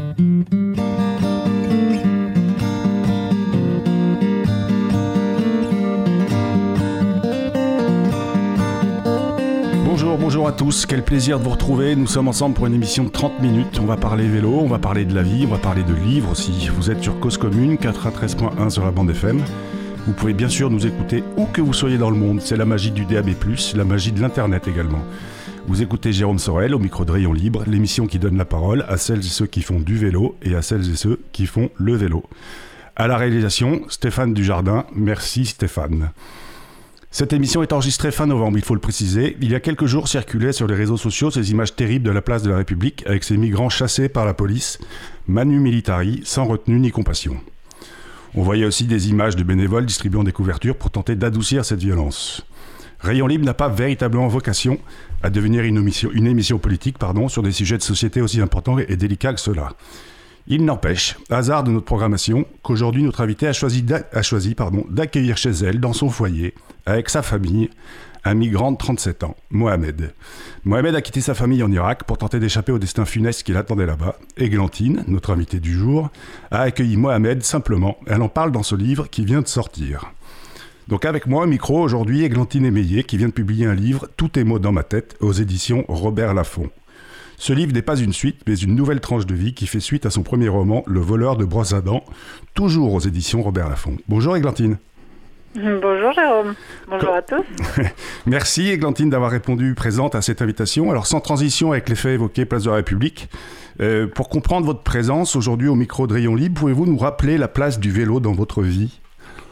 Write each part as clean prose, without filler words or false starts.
Bonjour à tous, quel plaisir de vous retrouver. Nous sommes ensemble pour une émission de 30 minutes. On va parler vélo, on va parler de la vie, on va parler de livres aussi. Vous êtes sur Cause Commune, 93.1 sur la bande FM. Vous pouvez bien sûr nous écouter où que vous soyez dans le monde. C'est la magie du DAB+, la magie de l'Internet également. Vous écoutez Jérôme Sorel au micro de Rayon Libre, l'émission qui donne la parole à celles et ceux qui font du vélo et à celles et ceux qui font le vélo. À la réalisation, Stéphane Dujardin. Merci Stéphane. Cette émission est enregistrée fin novembre, il faut le préciser. Il y a quelques jours circulaient sur les réseaux sociaux ces images terribles de la place de la République avec ces migrants chassés par la police, manu militari, sans retenue ni compassion. On voyait aussi des images de bénévoles distribuant des couvertures pour tenter d'adoucir cette violence. Rayon Libre n'a pas véritablement vocation à devenir une émission politique sur des sujets de société aussi importants et délicats que cela. Il n'empêche, hasard de notre programmation, qu'aujourd'hui notre invitée a choisi d'accueillir chez elle, dans son foyer, avec sa famille, un migrant de 37 ans, Mohamed. Mohamed a quitté sa famille en Irak pour tenter d'échapper au destin funeste qui l'attendait là-bas. Églantine, notre invitée du jour, a accueilli Mohamed simplement. Elle en parle dans ce livre qui vient de sortir. Donc avec moi au micro aujourd'hui, Églantine Émeillé, qui vient de publier un livre, Tous tes mots dans ma tête, aux éditions Robert Laffont. Ce livre n'est pas une suite, mais une nouvelle tranche de vie qui fait suite à son premier roman, Le voleur de brosse à dents, toujours aux éditions Robert Laffont. Bonjour Églantine. Bonjour Jérôme, bonjour à tous. Merci Églantine d'avoir répondu présente à cette invitation. Alors sans transition avec les faits évoqués Place de la République, pour comprendre votre présence aujourd'hui au micro de Rayon Libre, pouvez-vous nous rappeler la place du vélo dans votre vie ?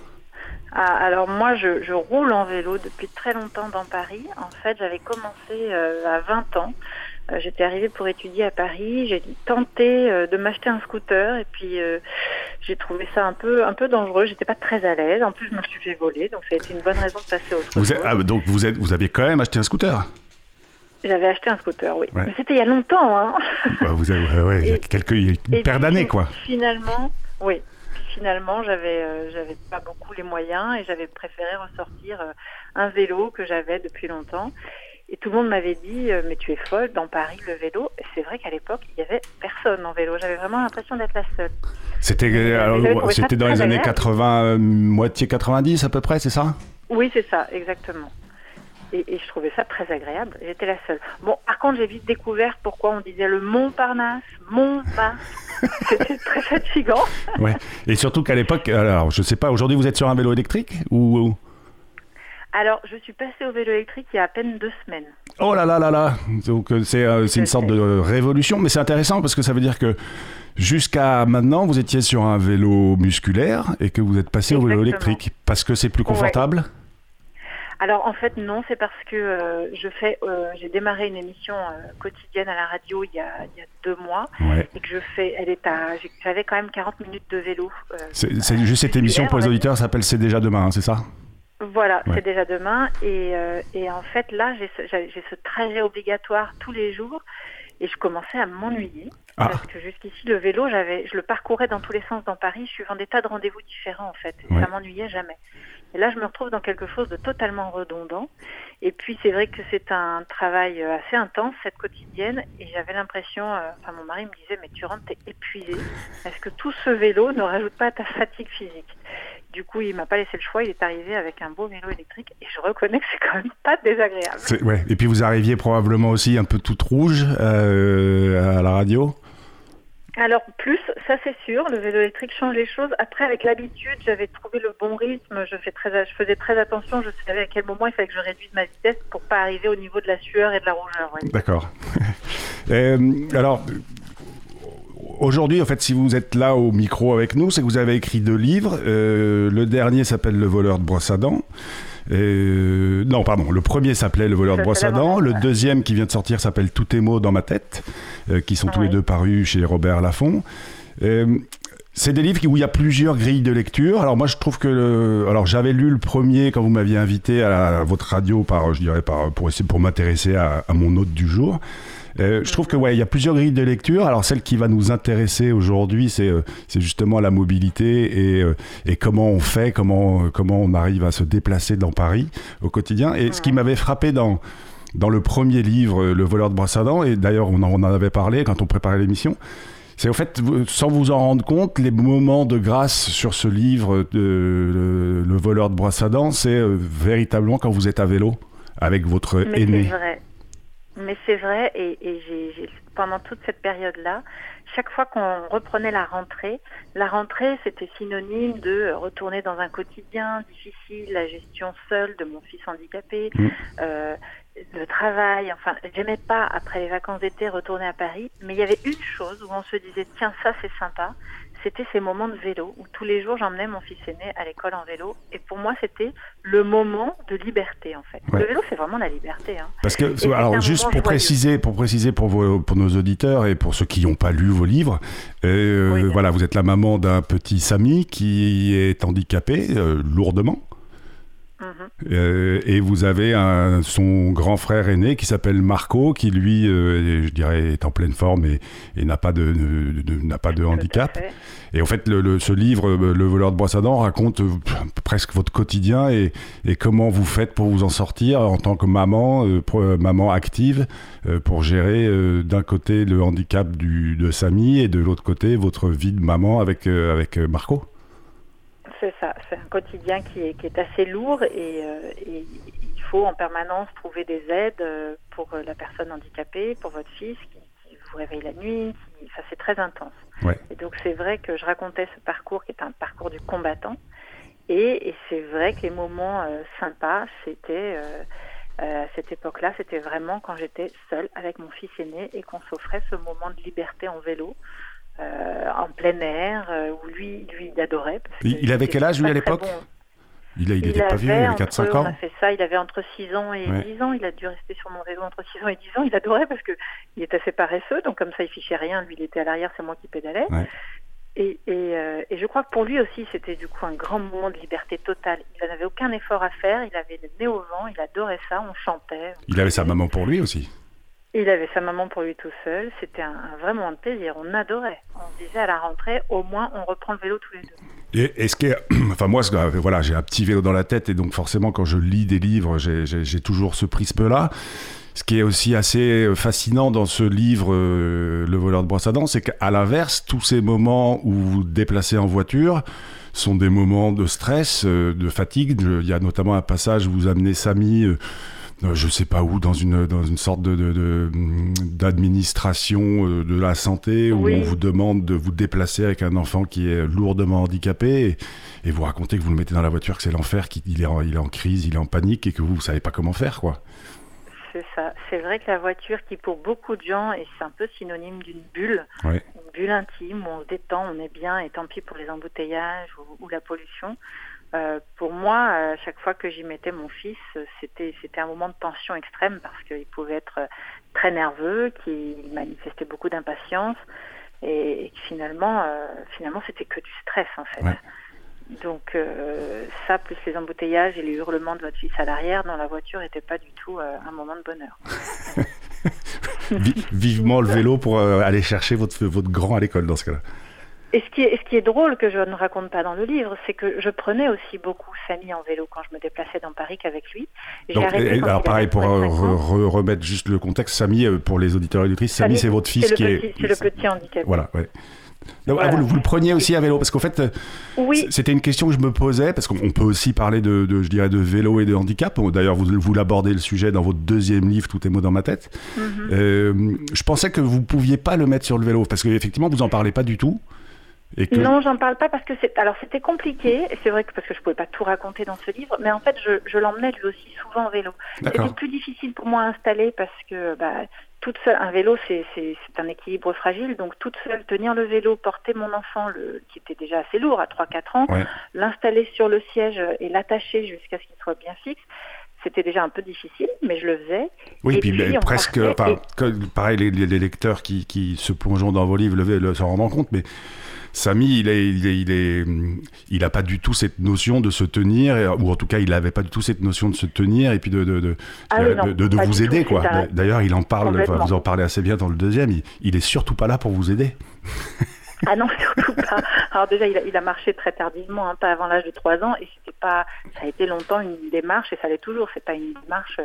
Alors moi je roule en vélo depuis très longtemps dans Paris. En fait j'avais commencé à 20 ans. J'étais arrivée pour étudier à Paris, j'ai tenté de m'acheter un scooter et puis j'ai trouvé ça un peu dangereux, j'étais pas très à l'aise, en plus je me suis fait voler, donc ça a été une bonne raison de passer au scooter. Donc vous aviez quand même acheté un scooter ? J'avais acheté un scooter, oui. Ouais. Mais c'était il y a longtemps, hein. Vous avez, il y a une paire d'années, quoi. Finalement, j'avais pas beaucoup les moyens et j'avais préféré ressortir un vélo que j'avais depuis longtemps. Et tout le monde m'avait dit mais tu es folle, dans Paris le vélo. Et c'est vrai qu'à l'époque il y avait personne en vélo. J'avais vraiment l'impression d'être la seule. C'était dans les années 80, moitié 90 à peu près, c'est ça ? Oui, c'est ça, exactement. Et je trouvais ça très agréable. J'étais la seule. Bon, par contre, j'ai vite découvert pourquoi on disait le Montparnasse, C'était très fatigant. Ouais. Et surtout qu'à l'époque, alors je sais pas, aujourd'hui vous êtes sur un vélo électrique ou... Alors, je suis passée au vélo électrique il y a à peine 2 semaines. Oh là là là là. Donc c'est une sorte de révolution, mais c'est intéressant parce que ça veut dire que jusqu'à maintenant, vous étiez sur un vélo musculaire et que vous êtes passé au vélo électrique parce que c'est plus confortable. Ouais. Alors en fait non, c'est parce que j'ai démarré une émission quotidienne à la radio il y a 2 mois et que j'avais quand même 40 minutes de vélo. C'est juste cette émission pour les auditeurs, ça s'appelle C'est déjà demain, hein, c'est ça ? Voilà, c'est déjà demain et en fait là j'ai ce trajet obligatoire tous les jours et je commençais à m'ennuyer parce que jusqu'ici le vélo je le parcourais dans tous les sens dans Paris, je suivais des tas de rendez-vous différents en fait, et ça m'ennuyait jamais. Et là je me retrouve dans quelque chose de totalement redondant et puis c'est vrai que c'est un travail assez intense cette quotidienne et j'avais l'impression, mon mari me disait mais tu rentres t'es épuisée, est-ce que tout ce vélo ne rajoute pas à ta fatigue physique ? Du coup, il m'a pas laissé le choix, il est arrivé avec un beau vélo électrique et je reconnais que c'est quand même pas désagréable. Et puis vous arriviez probablement aussi un peu toute rouge à la radio ? Alors plus, ça c'est sûr, le vélo électrique change les choses. Après, avec l'habitude, j'avais trouvé le bon rythme, je faisais très attention, je savais à quel moment il fallait que je réduise ma vitesse pour pas arriver au niveau de la sueur et de la rougeur. Ouais. D'accord. Alors... Aujourd'hui, en fait, si vous êtes là au micro avec nous, c'est que vous avez écrit 2 livres. Le dernier s'appelle Le voleur de brosse à dents. Le premier s'appelait Le voleur de brosse à dents. Le deuxième qui vient de sortir s'appelle Tous tes mots dans ma tête, qui sont tous les 2 parus chez Robert Laffont. C'est des livres où il y a plusieurs grilles de lecture. Alors moi, je trouve que j'avais lu le premier quand vous m'aviez invité à votre radio pour m'intéresser à mon hôte du jour. Je trouve que il y a plusieurs grilles de lecture. Alors celle qui va nous intéresser aujourd'hui, c'est justement la mobilité et comment on fait, comment on arrive à se déplacer dans Paris au quotidien. Et ce qui m'avait frappé dans le premier livre, Le voleur de brosse à dents, et d'ailleurs on en avait parlé quand on préparait l'émission, C'est au fait, sans vous en rendre compte, les moments de grâce sur ce livre, le voleur de brosse à dents, c'est véritablement quand vous êtes à vélo avec votre aîné. C'est vrai, et pendant toute cette période-là, chaque fois qu'on reprenait la rentrée, c'était synonyme de retourner dans un quotidien difficile, la gestion seule de mon fils handicapé, le travail. Enfin, j'aimais pas, après les vacances d'été, retourner à Paris, mais il y avait une chose où on se disait, tiens, ça c'est sympa, c'était ces moments de vélo, où tous les jours j'emmenais mon fils aîné à l'école en vélo, et pour moi c'était le moment de liberté en fait. Ouais. Le vélo c'est vraiment la liberté. Hein. Parce que, alors juste pour préciser pour nos auditeurs et pour ceux qui n'ont pas lu vos livres, voilà, vous êtes la maman d'un petit Samy qui est handicapé lourdement. Et vous avez son grand frère aîné qui s'appelle Marco, qui lui, je dirais, est en pleine forme et n'a pas de handicap. Et en fait, ce livre, Le voleur de brosse à dents, raconte presque votre quotidien et comment vous faites pour vous en sortir en tant que maman active, pour gérer d'un côté le handicap de Samy et de l'autre côté votre vie de maman avec Marco. C'est ça, c'est un quotidien qui est assez lourd et il faut en permanence trouver des aides pour la personne handicapée, pour votre fils qui vous réveille la nuit, ça c'est très intense. Ouais. Et donc c'est vrai que je racontais ce parcours qui est un parcours du combattant et c'est vrai que les moments sympas, c'était à cette époque-là, c'était vraiment quand j'étais seule avec mon fils aîné et qu'on s'offrait ce moment de liberté en vélo. En plein air, où lui il adorait. Il avait quel âge lui à l'époque ? Bon. Il était pas vieux, il avait 4-5 ans. On a fait ça, il avait entre 6 ans et 10 ans, il a dû rester sur mon vélo entre 6 ans et 10 ans, il adorait parce qu'il est assez paresseux, donc comme ça il fichait rien, lui il était à l'arrière, c'est moi qui pédalais. Ouais. Et je crois que pour lui aussi c'était du coup un grand moment de liberté totale. Il n'avait aucun effort à faire, il avait le nez au vent, il adorait ça, on chantait. Il avait sa maman pour lui aussi. Il avait sa maman pour lui tout seul. C'était un vrai moment de plaisir. On adorait. On se disait à la rentrée, au moins, on reprend le vélo tous les deux. Et est-ce que, enfin moi, voilà, j'ai un petit vélo dans la tête et donc forcément, quand je lis des livres, j'ai toujours ce prisme-là. Ce qui est aussi assez fascinant dans ce livre, Le voleur de brosse à dents, c'est qu'à l'inverse, tous ces moments où vous vous déplacez en voiture sont des moments de stress, de fatigue. Il y a notamment un passage où vous amenez Samy. Je sais pas où, dans une sorte d'administration de la santé où on vous demande de vous déplacer avec un enfant qui est lourdement handicapé et vous racontez que vous le mettez dans la voiture, que c'est l'enfer, qu'il est en crise, il est en panique et que vous savez pas comment faire, quoi. C'est ça. C'est vrai que la voiture, qui pour beaucoup de gens, et c'est un peu synonyme d'une bulle, une bulle intime où on se détend, on est bien et tant pis pour les embouteillages ou la pollution. Pour moi, à chaque fois que j'y mettais mon fils, c'était un moment de tension extrême parce qu'il pouvait être très nerveux, qu'il manifestait beaucoup d'impatience et finalement c'était que du stress en fait. Ouais. Donc ça, plus les embouteillages et les hurlements de votre fils à l'arrière dans la voiture, n'était pas du tout un moment de bonheur. Vivement le vélo pour aller chercher votre grand à l'école dans ce cas-là. Et ce qui est drôle, que je ne raconte pas dans le livre, c'est que je prenais aussi beaucoup Samy en vélo quand je me déplaçais dans Paris qu'avec lui. Donc, alors pareil, pour remettre juste le contexte, Samy, pour les auditeurs et auditrices, Samy, c'est votre fils c'est le petit handicapé. Voilà, ouais. Donc, voilà. Vous le preniez aussi à vélo, parce qu'en fait, c'était une question que je me posais, parce qu'on peut aussi parler je dirais, de vélo et de handicap. D'ailleurs, vous l'abordez le sujet dans votre deuxième livre, Tout est mot dans ma tête. Je pensais que vous pouviez pas le mettre sur le vélo, parce qu'effectivement, vous en parlez pas du tout. Non, j'en parle pas parce que c'était compliqué. Et c'est vrai que parce que je pouvais pas tout raconter dans ce livre, mais en fait, je l'emmenais lui aussi souvent en vélo. D'accord. C'était plus difficile pour moi à installer parce que toute seule, un vélo c'est un équilibre fragile, donc toute seule tenir le vélo, porter mon enfant qui était déjà assez lourd à 3-4 ans, l'installer sur le siège et l'attacher jusqu'à ce qu'il soit bien fixe. C'était déjà un peu difficile, mais je le faisais. Oui, et puis presque, pareil, les lecteurs qui se plongeant dans vos livres s'en rendent compte, mais Samy, il a pas du tout cette notion de se tenir, ou en tout cas, il avait pas du tout cette notion de se tenir et puis de vous aider, quoi. D'ailleurs, il en parle, vous en parlez assez bien dans le deuxième. Il est surtout pas là pour vous aider. Ah non, surtout pas. Alors déjà, il a marché très tardivement, pas avant l'âge de 3 ans, et ça a été longtemps une démarche, et ça l'est toujours. C'est pas une démarche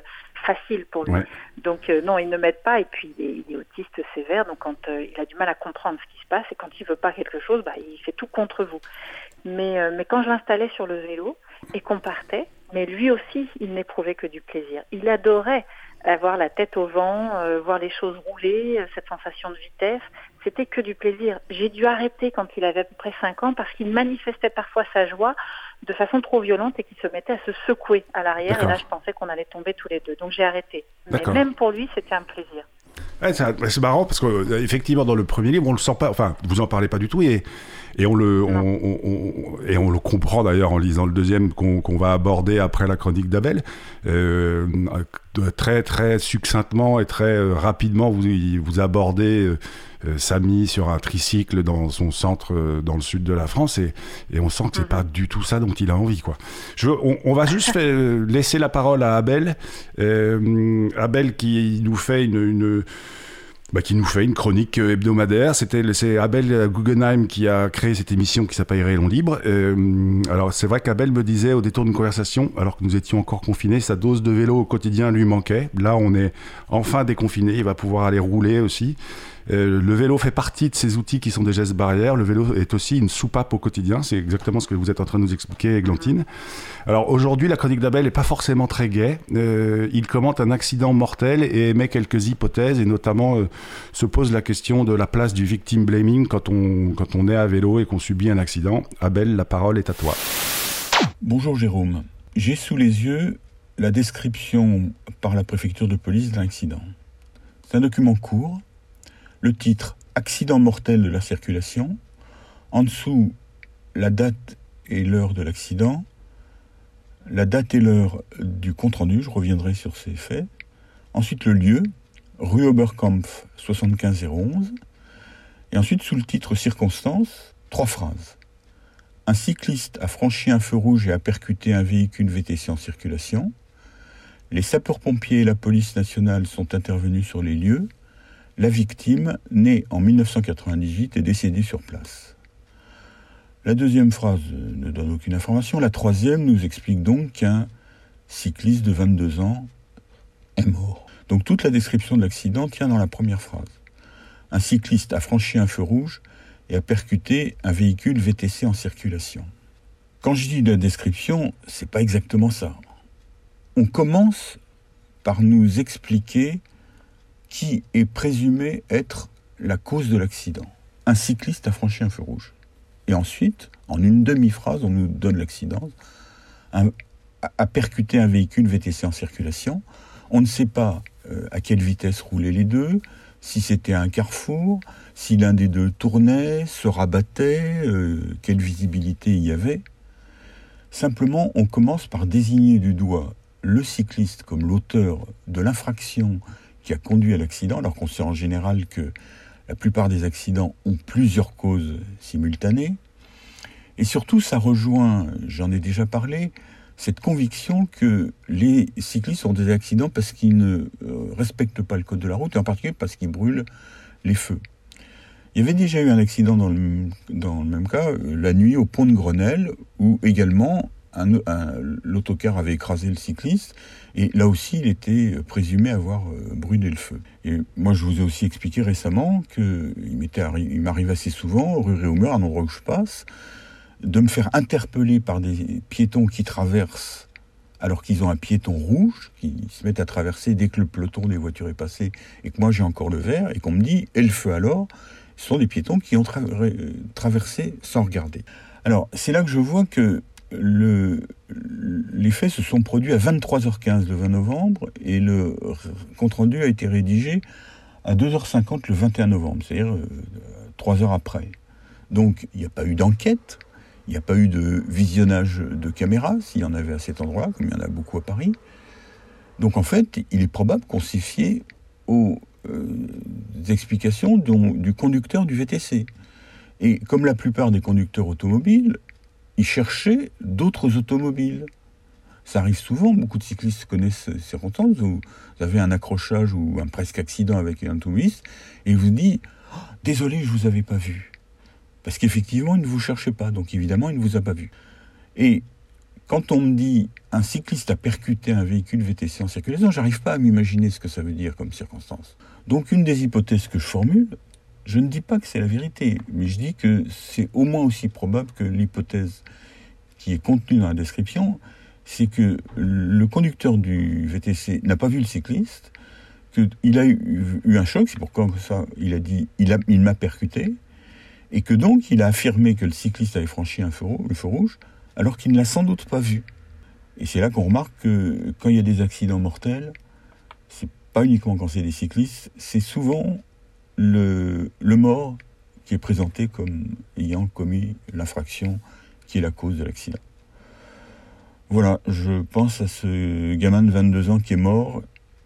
facile pour lui. Donc non, il ne m'aide pas, et puis il est autiste sévère, donc quand il a du mal à comprendre ce qui se passe, et quand il veut pas quelque chose, il fait tout contre vous. Mais quand je l'installais sur le vélo et qu'on partait, mais lui aussi, il n'éprouvait que du plaisir. Il adorait avoir la tête au vent, voir les choses rouler, cette sensation de vitesse, c'était que du plaisir. J'ai dû arrêter quand il avait à peu près 5 ans parce qu'il manifestait parfois sa joie de façon trop violente et qu'il se mettait à se secouer à l'arrière. D'accord. Et là, je pensais qu'on allait tomber tous les deux. Donc j'ai arrêté. Mais D'accord. Même pour lui, c'était un plaisir. Ouais, c'est marrant parce qu'effectivement, dans le premier livre, on le sent pas, enfin, vous en parlez pas du tout et on le comprend d'ailleurs en lisant le deuxième qu'on va aborder après la chronique d'Abel. Très, très succinctement et très rapidement, vous abordez Samy sur un tricycle dans son centre dans le sud de la France et on sent que c'est pas du tout ça dont il a envie, quoi. On va juste laisser la parole à Abel. Abel qui nous fait une chronique hebdomadaire. C'est Abel Guggenheim qui a créé cette émission qui s'appelle Rayon Libre. Alors c'est vrai qu'Abel me disait au détour d'une conversation, alors que nous étions encore confinés, sa dose de vélo au quotidien lui manquait. Là on est enfin déconfiné, il va pouvoir aller rouler aussi. Le vélo fait partie de ces outils qui sont des gestes barrières. Le vélo est aussi une soupape au quotidien. C'est exactement ce que vous êtes en train de nous expliquer, Églantine. Alors aujourd'hui, la chronique d'Abel n'est pas forcément très gaie. Il commente un accident mortel et émet quelques hypothèses, et notamment se pose la question de la place du victim blaming quand on est à vélo et qu'on subit un accident. Abel, la parole est à toi. Bonjour Jérôme. J'ai sous les yeux la description par la préfecture de police d'un accident. C'est un document court. Le titre « Accident mortel de la circulation ». En dessous, la date et l'heure de l'accident. La date et l'heure du compte-rendu, je reviendrai sur ces faits. Ensuite, le lieu, rue Oberkampf 75011. Et ensuite, sous le titre « Circonstances », 3 phrases. Un cycliste a franchi un feu rouge et a percuté un véhicule VTC en circulation. Les sapeurs-pompiers et la police nationale sont intervenus sur les lieux. La victime, née en 1998, est décédée sur place. La deuxième phrase ne donne aucune information. La troisième nous explique donc qu'un cycliste de 22 ans est mort. Donc toute la description de l'accident tient dans la première phrase. Un cycliste a franchi un feu rouge et a percuté un véhicule VTC en circulation. Quand je dis de la description, c'est pas exactement ça. On commence par nous expliquer qui est présumé être la cause de l'accident. Un cycliste a franchi un feu rouge. Et ensuite, en une demi-phrase, on nous donne l'accident, a percuté un véhicule VTC en circulation. On ne sait pas à quelle vitesse roulaient les deux, si c'était un carrefour, si l'un des deux tournait, se rabattait, quelle visibilité il y avait. Simplement, on commence par désigner du doigt le cycliste comme l'auteur de l'infraction qui a conduit à l'accident, alors qu'on sait en général que la plupart des accidents ont plusieurs causes simultanées. Et surtout, ça rejoint, j'en ai déjà parlé, cette conviction que les cyclistes ont des accidents parce qu'ils ne respectent pas le code de la route, et en particulier parce qu'ils brûlent les feux. Il y avait déjà eu un accident dans le même cas, la nuit au pont de Grenelle, où également l'autocar avait écrasé le cycliste, et là aussi il était présumé avoir brûlé le feu. Et moi je vous ai aussi expliqué récemment qu'il m'arrive assez souvent, rue Réaumur, un endroit où je passe, de me faire interpeller par des piétons qui traversent alors qu'ils ont un piéton rouge, qui se mettent à traverser dès que le peloton des voitures est passé, et que moi j'ai encore le vert, et qu'on me dit « et le feu alors ?» Ce sont des piétons qui ont traversé sans regarder. Alors c'est là que je vois que les faits se sont produits à 23h15 le 20 novembre et le compte-rendu a été rédigé à 2h50 le 21 novembre, c'est-à-dire 3 heures après. Donc il n'y a pas eu d'enquête, il n'y a pas eu de visionnage de caméras, s'il y en avait à cet endroit-là, comme il y en a beaucoup à Paris. Donc en fait, il est probable qu'on s'y fiait aux explications du conducteur du VTC. Et comme la plupart des conducteurs automobiles, ils cherchaient d'autres automobiles. Ça arrive souvent, beaucoup de cyclistes connaissent ces circonstances où vous avez un accrochage ou un presque accident avec un automobiliste et il vous dit oh, « Désolé, je ne vous avais pas vu ». Parce qu'effectivement, il ne vous cherchait pas, donc évidemment, il ne vous a pas vu. Et quand on me dit un cycliste a percuté un véhicule VTC en circulation, j'arrive pas à m'imaginer ce que ça veut dire comme circonstance. Donc une des hypothèses que je formule, je ne dis pas que c'est la vérité, mais je dis que c'est au moins aussi probable que l'hypothèse qui est contenue dans la description, c'est que le conducteur du VTC n'a pas vu le cycliste, qu'il a eu un choc, c'est pourquoi ça, il a dit il m'a percuté, et que donc il a affirmé que le cycliste avait franchi le feu rouge, alors qu'il ne l'a sans doute pas vu. Et c'est là qu'on remarque que quand il y a des accidents mortels, c'est pas uniquement quand c'est des cyclistes, c'est souvent le mort qui est présenté comme ayant commis l'infraction qui est la cause de l'accident. Voilà, je pense à ce gamin de 22 ans qui est mort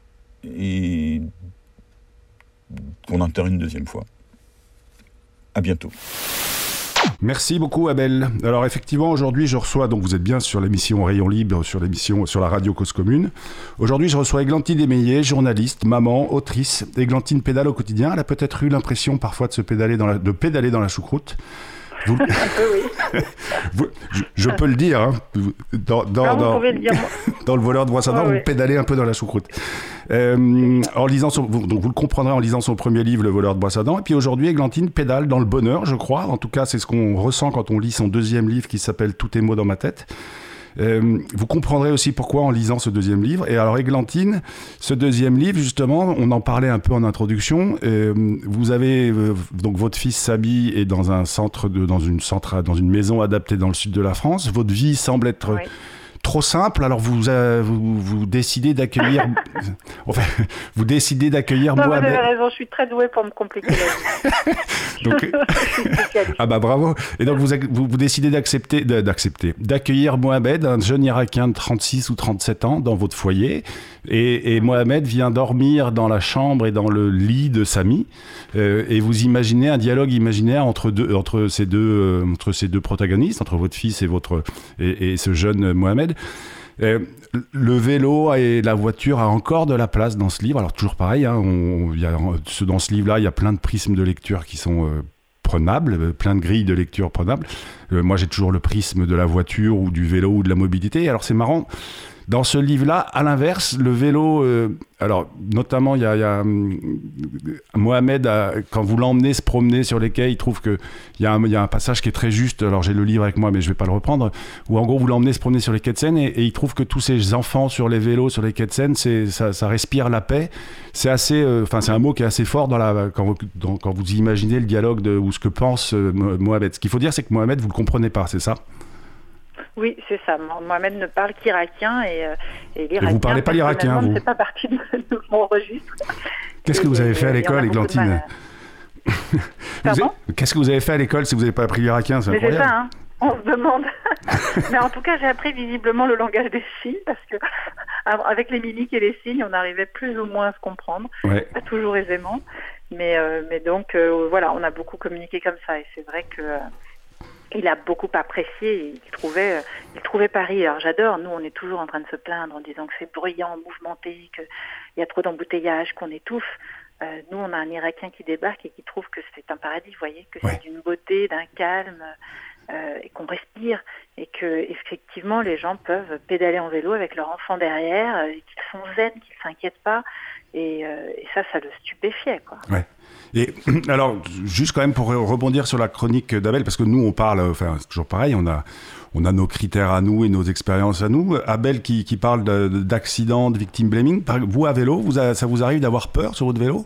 et qu'on enterre une deuxième fois. À bientôt. Merci beaucoup Abel. Alors effectivement aujourd'hui je reçois, donc vous êtes bien sur l'émission Rayon Libre, sur la radio Cause Commune. Aujourd'hui je reçois Églantine Émeillé, journaliste, maman, autrice. Églantine pédale au quotidien, elle a peut-être eu l'impression parfois de pédaler dans la choucroute. Un peu, oui. Je peux le dire, hein. Dans le voleur de Brosse à dents, vous pédalez un peu dans la choucroute. En lisant donc vous le comprendrez en lisant son premier livre, Le voleur de Brosse à dents. Et puis aujourd'hui, Églantine pédale dans le bonheur, je crois. En tout cas, c'est ce qu'on ressent quand on lit son deuxième livre qui s'appelle Tous tes mots dans ma tête. Vous comprendrez aussi pourquoi en lisant ce deuxième livre. Et alors Églantine, ce deuxième livre, justement, on en parlait un peu en introduction. Vous avez donc votre fils Sabi est dans une maison adaptée dans le sud de la France. Votre vie semble être trop simple. Alors vous décidez d'accueillir. Enfin, vous décidez d'accueillir Mohamed. Vous avez raison, je suis très douée pour me compliquer la vie. Donc, ah bah bravo. Et donc vous décidez d'accueillir Mohamed, un jeune Irakien de 36 ou 37 ans, dans votre foyer. Et Mohamed vient dormir dans la chambre et dans le lit de Sami. Et vous imaginez un dialogue imaginaire entre ces deux protagonistes, entre votre fils et ce jeune Mohamed. Le vélo et la voiture a encore de la place dans ce livre. Alors toujours pareil, hein, dans ce livre-là, il y a plein de prismes de lecture qui sont prenables, plein de grilles de lecture prenables. Moi, j'ai toujours le prisme de la voiture ou du vélo ou de la mobilité. Alors c'est marrant. Dans ce livre-là, à l'inverse, le vélo, alors notamment, il y a Mohamed, quand vous l'emmenez se promener sur les quais, il trouve qu'il y a un passage qui est très juste, alors j'ai le livre avec moi, mais je ne vais pas le reprendre, où en gros, vous l'emmenez se promener sur les quais de Seine, et il trouve que tous ces enfants sur les vélos, sur les quais de Seine, ça respire la paix. C'est c'est un mot qui est assez fort quand vous imaginez le dialogue ou ce que pense Mohamed. Ce qu'il faut dire, c'est que Mohamed, vous ne le comprenez pas, c'est ça ? Oui, c'est ça. Mohamed ne parle qu'irakien et l'irakien. Et vous parlez pas l'irakien, vous ? Ne fait pas partie de mon registre. Qu'est-ce que vous avez fait à l'école, Églantine ? Pardon ? Qu'est-ce que vous avez fait à l'école si vous n'avez pas appris l'irakien ? C'est incroyable. C'est ça, hein. On se demande. Mais en tout cas, j'ai appris visiblement le langage des signes parce que avec les mimiques et les signes, on arrivait plus ou moins à se comprendre. Ouais. Pas toujours aisément. Mais donc, voilà, on a beaucoup communiqué comme ça. Et c'est vrai que... il a beaucoup apprécié, il trouvait Paris. Alors j'adore, nous on est toujours en train de se plaindre en disant que c'est bruyant, mouvementé, qu'il y a trop d'embouteillages, qu'on étouffe. Nous on a un Irakien qui débarque et qui trouve que c'est un paradis, vous voyez, que c'est d'une beauté, d'un calme, et qu'on respire, et que effectivement les gens peuvent pédaler en vélo avec leur enfant derrière, et qu'ils sont zen, qu'ils ne s'inquiètent pas, et ça le stupéfiait, quoi. Ouais. Et alors, juste quand même pour rebondir sur la chronique d'Abel, parce que nous, on parle, c'est toujours pareil, on a nos critères à nous et nos expériences à nous. Abel qui parle d'accidents, de victim blaming. Vous, à vélo, ça vous arrive d'avoir peur sur votre vélo ?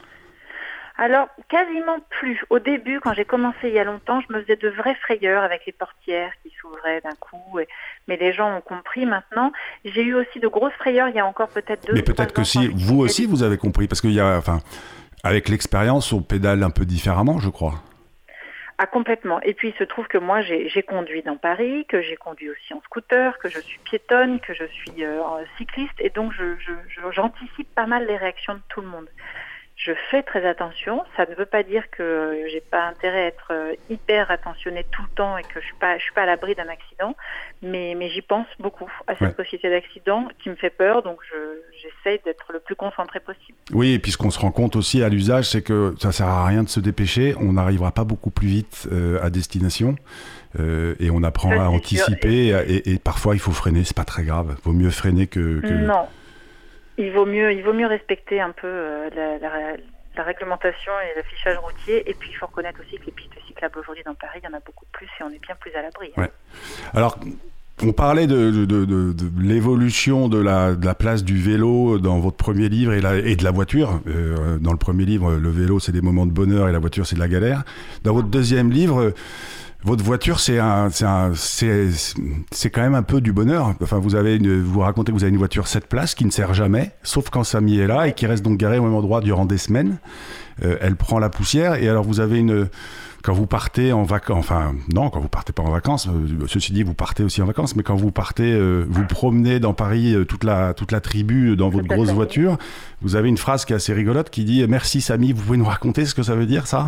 Alors, quasiment plus. Au début, quand j'ai commencé il y a longtemps, je me faisais de vraies frayeurs avec les portières qui s'ouvraient d'un coup. Mais les gens ont compris maintenant. J'ai eu aussi de grosses frayeurs il y a encore peut-être 2 Mais peut-être que si vous aussi, vous avez compris. Parce qu'il y a... Avec l'expérience, on pédale un peu différemment, je crois. Ah, complètement. Et puis, il se trouve que moi, j'ai conduit dans Paris, que j'ai conduit aussi en scooter, que je suis piétonne, que je suis cycliste. Et donc, j'anticipe pas mal les réactions de tout le monde. Je fais très attention. Ça ne veut pas dire que j'ai pas intérêt à être hyper attentionnée tout le temps et que je suis pas à l'abri d'un accident. Mais j'y pense beaucoup à cette possibilité d'accident qui me fait peur. Donc j'essaye d'être le plus concentré possible. Oui, et puis ce qu'on se rend compte aussi à l'usage, c'est que ça sert à rien de se dépêcher. On n'arrivera pas beaucoup plus vite à destination. Et on apprend à anticiper. Et parfois, il faut freiner. C'est pas très grave. Vaut mieux freiner que... Non. Il vaut mieux respecter un peu la réglementation et l'affichage routier. Et puis, il faut reconnaître aussi que les pistes cyclables aujourd'hui dans Paris, il y en a beaucoup plus et on est bien plus à l'abri. Ouais. Alors, on parlait de l'évolution de la place du vélo dans votre premier livre et de la voiture. Dans le premier livre, le vélo, c'est des moments de bonheur et la voiture, c'est de la galère. Dans votre deuxième livre... Votre voiture, c'est quand même un peu du bonheur. Enfin, vous racontez que vous avez une voiture 7 places qui ne sert jamais, sauf quand Samy est là et qui reste donc garée au même endroit durant des semaines. Elle prend la poussière et alors vous avez quand vous partez en vacances, enfin non, quand vous partez pas en vacances, ceci dit, vous partez aussi en vacances, mais quand vous partez, vous promenez dans Paris toute la tribu dans votre grosse voiture, vous avez une phrase qui est assez rigolote qui dit « Merci Samy, vous pouvez nous raconter ce que ça veut dire ça ?»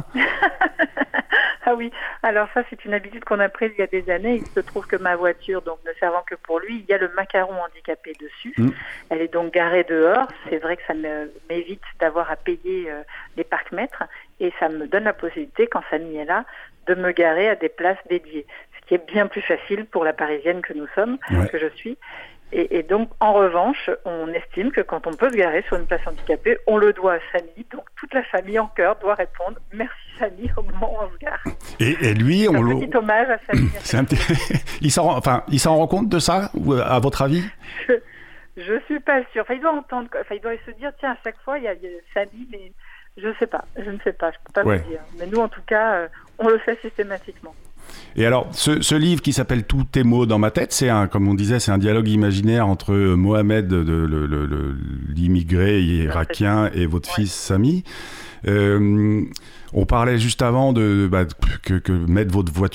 Ah oui, alors ça c'est une habitude qu'on a prise il y a des années. Il se trouve que ma voiture, donc ne servant que pour lui, il y a le macaron handicapé dessus. Elle est donc garée dehors. C'est vrai que ça m'évite d'avoir à payer les parcs-mètres et ça me donne la possibilité, quand Samy est là, de me garer à des places dédiées. Ce qui est bien plus facile pour la Parisienne que nous sommes, que je suis. Et donc, en revanche, on estime que quand on peut se garer sur une place handicapée, on le doit à Samy. Donc, toute la famille en chœur doit répondre « Merci Samy » au moment où on se gare. Et lui, c'est un petit hommage à Samy. Il s'en rend compte de ça, à votre avis ? Je suis pas sûre. Enfin, il doit entendre. Enfin, il doit se dire « Tiens, à chaque fois, il y a Samy, mais je ne sais pas. Je ne peux pas vous dire. Mais nous, en tout cas, on le fait systématiquement. » Et alors, ce livre qui s'appelle « Tous tes mots dans ma tête », comme on disait, c'est un dialogue imaginaire entre Mohamed, l'immigré irakien, et votre fils Samy. On parlait juste avant que mettre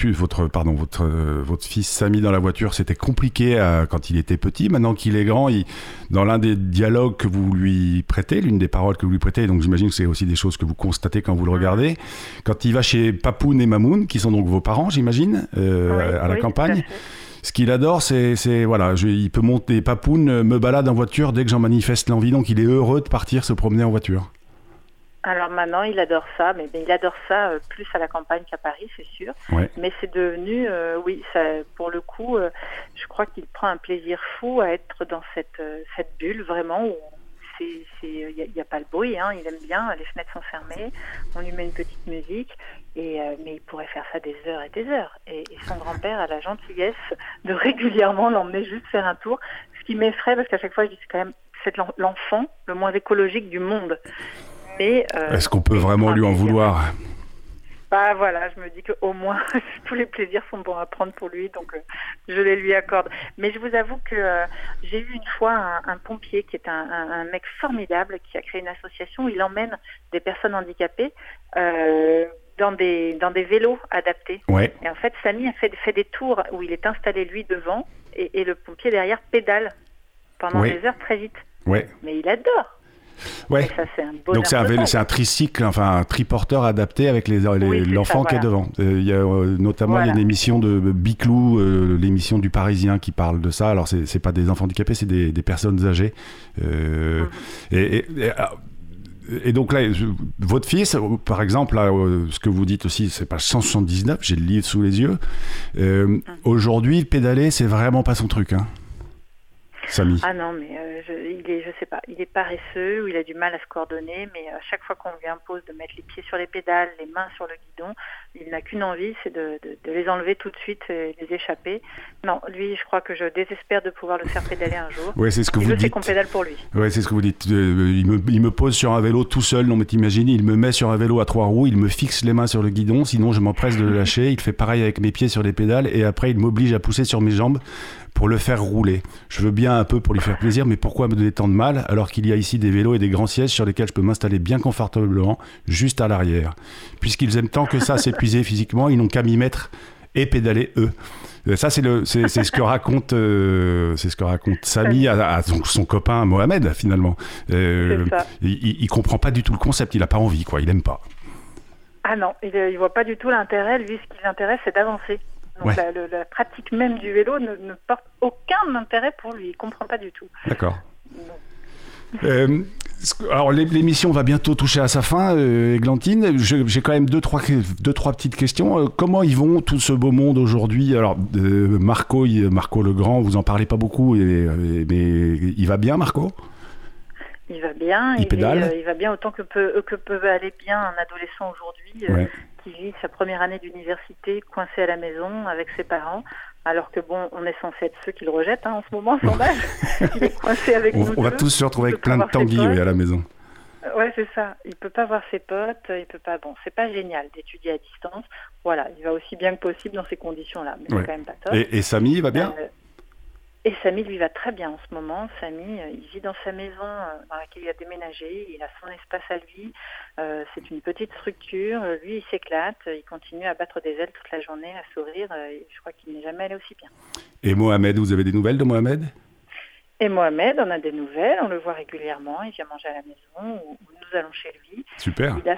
votre fils Samy dans la voiture, c'était compliqué quand il était petit. Maintenant qu'il est grand, dans l'un des dialogues que vous lui prêtez, l'une des paroles que vous lui prêtez, donc j'imagine que c'est aussi des choses que vous constatez quand vous le regardez, quand il va chez Papoun et Mamoun, qui sont donc vos parents, j'imagine, à la campagne. Ce qu'il adore, il peut monter. Papoun me balade en voiture dès que j'en manifeste l'envie, donc il est heureux de partir se promener en voiture. Alors maintenant, il adore ça, mais il adore ça plus à la campagne qu'à Paris, c'est sûr. Ouais. Mais c'est devenu, pour le coup, je crois qu'il prend un plaisir fou à être dans cette bulle, vraiment, où il n'y a pas le bruit, hein, il aime bien, les fenêtres sont fermées, on lui met une petite musique, mais il pourrait faire ça des heures et des heures. Et son grand-père a la gentillesse de régulièrement l'emmener juste faire un tour, ce qui m'effraie, parce qu'à chaque fois, je dis c'est l'enfant le moins écologique du monde. Mais, est-ce qu'on peut vraiment lui en vouloir ? Bah voilà, je me dis qu'au moins tous les plaisirs sont bons à prendre pour lui, donc je les lui accorde. Mais je vous avoue que j'ai eu une fois un pompier qui est un mec formidable qui a créé une association où il emmène des personnes handicapées dans des vélos adaptés. Ouais. Et en fait, Samy a fait des tours où il est installé lui devant et le pompier derrière pédale pendant des heures très vite. Ouais. Mais il adore. Ouais. Ça, donc c'est un tricycle, enfin un triporteur adapté avec l'enfant qui est devant. Il y a notamment il y a une émission de Biclou, l'émission du Parisien qui parle de ça. Alors c'est pas des enfants handicapés, c'est des personnes âgées. Et donc là, votre fils, par exemple, là, ce que vous dites aussi, c'est page 179, j'ai le livre sous les yeux. Aujourd'hui, pédaler, c'est vraiment pas son truc, hein. Samy. Ah non, mais je sais pas, il est paresseux ou il a du mal à se coordonner, mais à chaque fois qu'on lui impose de mettre les pieds sur les pédales, les mains sur le guidon, il n'a qu'une envie, c'est de les enlever tout de suite et les échapper. Non, lui, je crois que je désespère de pouvoir le faire pédaler un jour. Ouais, c'est ce que vous dites. C'est qu'on pédale pour lui. Ouais, c'est ce que vous dites. Il me pose sur un vélo tout seul. Non, mais t'imagines, il me met sur un vélo à 3 roues, il me fixe les mains sur le guidon, sinon je m'empresse de le lâcher. Il fait pareil avec mes pieds sur les pédales et après il m'oblige à pousser sur mes jambes pour le faire rouler. Je veux bien un peu pour lui faire plaisir, mais pourquoi me donner tant de mal alors qu'il y a ici des vélos et des grands sièges sur lesquels je peux m'installer bien confortablement juste à l'arrière. Puisqu'ils aiment tant que ça s'épuiser physiquement, ils n'ont qu'à m'y mettre et pédaler E. Ça, c'est ce que raconte Samy à son copain Mohamed, finalement. Il comprend pas du tout le concept, il a pas envie, quoi, il aime pas. Ah non, il voit pas du tout l'intérêt. Lui, ce qui l'intéresse, c'est d'avancer. Donc la pratique même du vélo ne porte aucun intérêt pour lui, il comprend pas du tout. D'accord. Alors l'émission va bientôt toucher à sa fin, Églantine. J'ai quand même deux, trois petites questions. Comment ils vont, tout ce beau monde aujourd'hui? Alors Marco le Grand, vous en parlez pas beaucoup, mais il va bien, Marco? Il va bien. Il pédale. Il va bien autant que peut aller bien un adolescent aujourd'hui qui vit sa première année d'université coincé à la maison avec ses parents. Alors que bon, on est censé être ceux qui le rejettent en ce moment, son âge. Il est coincé avec nous. On va tous se retrouver avec plein de tanguis à la maison. Ouais, c'est ça. Il peut pas voir ses potes, il peut pas. Bon, c'est pas génial d'étudier à distance. Voilà, il va aussi bien que possible dans ces conditions-là, mais c'est quand même pas top. Et Samy, il va bien? Et Samy, lui, va très bien en ce moment. Samy, il vit dans sa maison dans laquelle il a déménagé. Il a son espace à lui. C'est une petite structure. Lui, il s'éclate. Il continue à battre des ailes toute la journée, à sourire. Je crois qu'il n'est jamais allé aussi bien. Et Mohamed, vous avez des nouvelles de Mohamed? Et Mohamed, on a des nouvelles. On le voit régulièrement. Il vient manger à la maison ou nous allons chez lui. Super. Il a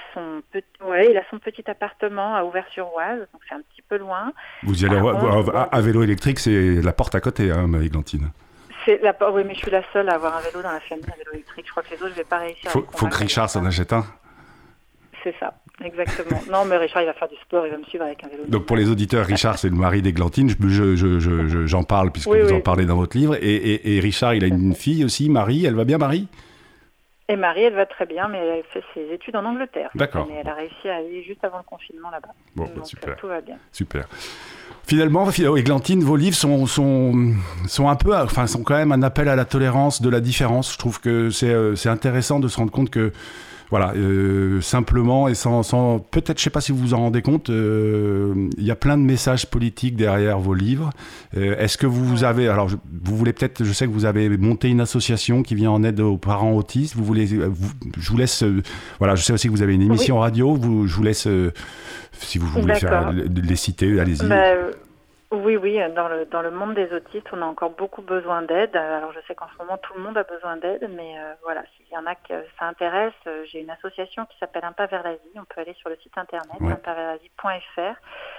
son petit appartement à Auvers-sur-Oise. Donc, c'est un petit peu loin. Vous y allez à vélo électrique, c'est la porte à côté, Églantine. Oui, mais je suis la seule à avoir un vélo dans la famille, un vélo électrique. Je crois que les autres, je ne vais pas réussir. Faut que Richard s'en achète un. C'est ça, exactement. Non, mais Richard, il va faire du sport, il va me suivre avec un vélo. Donc pour les auditeurs, Richard, c'est le mari d'Églantine. J'en parle puisque vous en parlez dans votre livre. Et Richard, il a une fille aussi, Marie. Elle va bien, Marie? Et Marie, elle va très bien, mais elle fait ses études en Angleterre. D'accord. Elle a réussi à aller juste avant le confinement là-bas. Bon, donc super. Tout va bien. Super. Finalement, Églantine, vos livres sont un peu, enfin, sont quand même un appel à la tolérance de la différence. Je trouve que c'est intéressant de se rendre compte que, voilà, simplement et sans peut-être, je sais pas si vous vous en rendez compte, il y a plein de messages politiques derrière vos livres. Est-ce que vous avez, alors vous voulez peut-être, je sais que vous avez monté une association qui vient en aide aux parents autistes. Je vous laisse, voilà, je sais aussi que vous avez une émission radio. Je vous laisse, si vous voulez faire les citer, allez-y. Oui, dans le monde des autistes, on a encore beaucoup besoin d'aide. Alors je sais qu'en ce moment, tout le monde a besoin d'aide, mais voilà, s'il y en a que ça intéresse, j'ai une association qui s'appelle Un pas vers la vie. On peut aller sur le site internet, unpasverslavie.fr.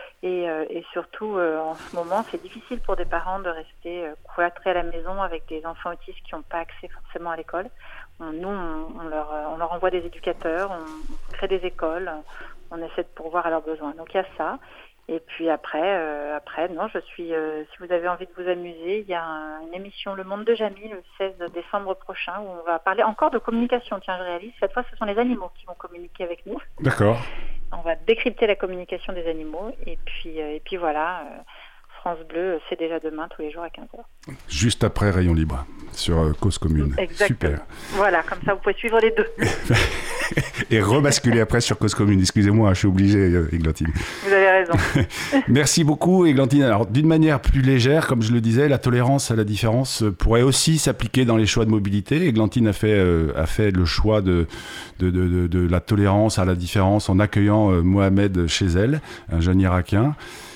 Et surtout, en ce moment, c'est difficile pour des parents de rester cloîtrés à la maison avec des enfants autistes qui n'ont pas accès forcément à l'école. On leur envoie des éducateurs, on crée des écoles, on essaie de pourvoir à leurs besoins. Donc il y a ça. Et puis après, non, si vous avez envie de vous amuser, il y a une émission Le Monde de Jamie le 16 décembre prochain où on va parler encore de communication. Tiens, je réalise, cette fois, ce sont les animaux qui vont communiquer avec nous. D'accord. On va décrypter la communication des animaux et puis voilà. France Bleu, c'est déjà demain, tous les jours à 15h. Juste après Rayon Libre, sur Cause Commune. Exactement. Super. Voilà, comme ça vous pouvez suivre les deux. Et rebasculer après sur Cause Commune. Excusez-moi, je suis obligé, Églantine. Vous avez raison. Merci beaucoup, Églantine. Alors, d'une manière plus légère, comme je le disais, la tolérance à la différence pourrait aussi s'appliquer dans les choix de mobilité. Églantine a fait le choix de la tolérance à la différence en accueillant Mohamed chez elle, un jeune Irakien.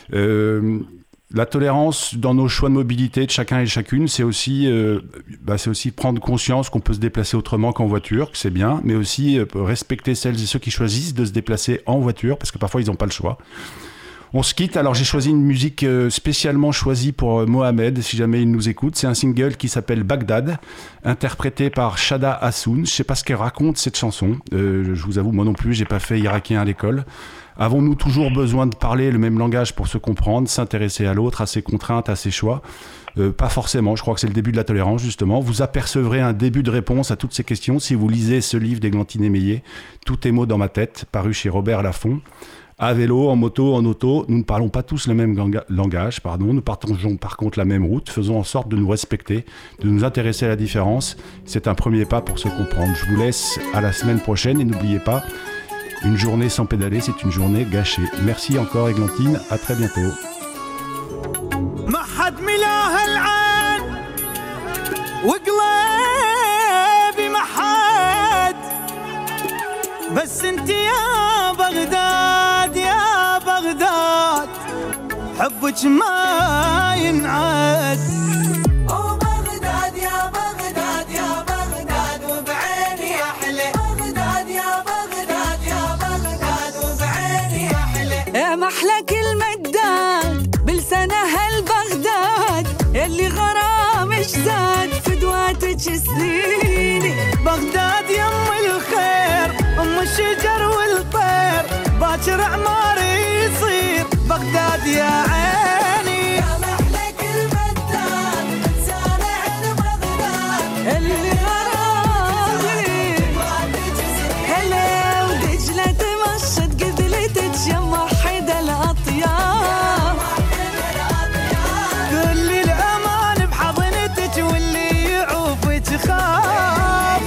La tolérance dans nos choix de mobilité de chacun et chacune, c'est aussi prendre conscience qu'on peut se déplacer autrement qu'en voiture, que c'est bien, mais aussi respecter celles et ceux qui choisissent de se déplacer en voiture, parce que parfois ils n'ont pas le choix. On se quitte, alors j'ai choisi une musique spécialement choisie pour Mohamed, si jamais il nous écoute. C'est un single qui s'appelle Bagdad, interprété par Shada Hassoun. Je ne sais pas ce qu'elle raconte, cette chanson. Je vous avoue, moi non plus, j'ai pas fait irakien à l'école. Avons-nous toujours besoin de parler le même langage pour se comprendre, s'intéresser à l'autre, à ses contraintes, à ses choix? Pas forcément, je crois que c'est le début de la tolérance, justement. Vous apercevrez un début de réponse à toutes ces questions si vous lisez ce livre d'Églantine Émeillé, Tout est mots dans ma tête, paru chez Robert Laffont. À vélo, en moto, en auto, nous ne parlons pas tous le même langage, nous partageons par contre la même route, faisons en sorte de nous respecter, de nous intéresser à la différence. C'est un premier pas pour se comprendre. Je vous laisse à la semaine prochaine et n'oubliez pas, une journée sans pédaler, c'est une journée gâchée. Merci encore, Églantine, à très bientôt. بس انت يا بغداد يا بغداد حبك ما ينعاد. وبغداد يا بغداد يا بغداد وبعيني أحلى، بغداد يا بغداد يا بغداد وبعيني أحلى. يا محلى كلمة داد بلسانها البغداد، يلي غرامش زاد فدواتك سنيني. بغداد يم الخير ام الشجر والطير، باكر عماري يصير بغداد يا عيني. يا محلى كلمة داد بلسانها البغداد، اللي غرامي هلا ودجلة تمشط قبلتك يا موحد الأطيار. كل الأمان بحضنتك واللي يعوفك خاف،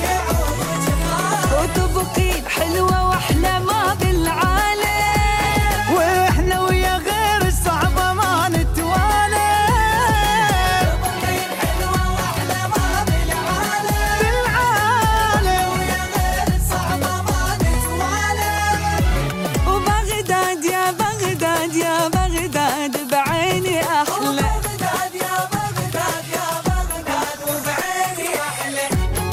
وتبقين حلوة وأحلى ما بالعالم، واحنا ويا غير الصعبة ما نتوالى. تبقين حلوة وأحلى ما بالعالم، بالعالم ويا غير الصعبة ما نتوالى. وبغداد يا بغداد يا بغداد بعيني أحلى. بغداد يا بغداد يا بغداد وبعيني أحلى.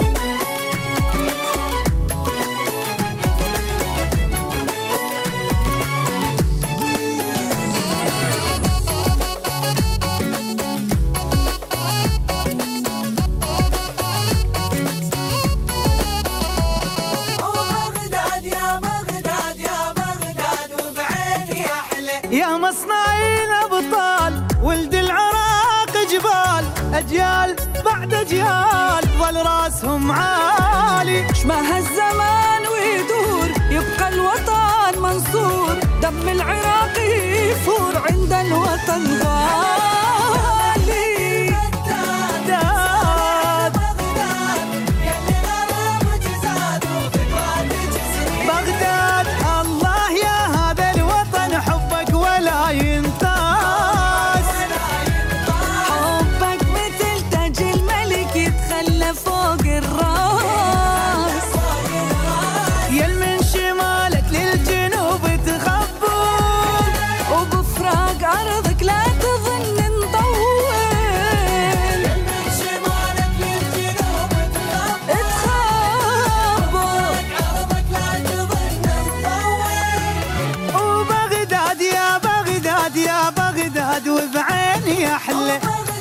وبغداد يا بغداد يا بغداد وبعيني أحلى. يا مصنعي الأبطال ولد العراق جبال، أجيال بعد أجيال ظل راسهم عالي. شما هالزمان ويدور يبقى الوطن منصور، دم العراقي يفور عند الوطن غالي. داد بغداد يلي غرامك زاد وفدواتك سنين. بغداد الله يا هذا الوطن حبك ولا ينطاس. حبك مثل تاج الملك يتخلى فوق الراس. يا من شمالك للجنوب تخبون، وبفراق أرضك لا تظن نطول. من شمالك للجنوب تخبر عرضك لا تظن تطول. وبغداد يا بغداد يا بغداد وبعيني أحلى. بغداد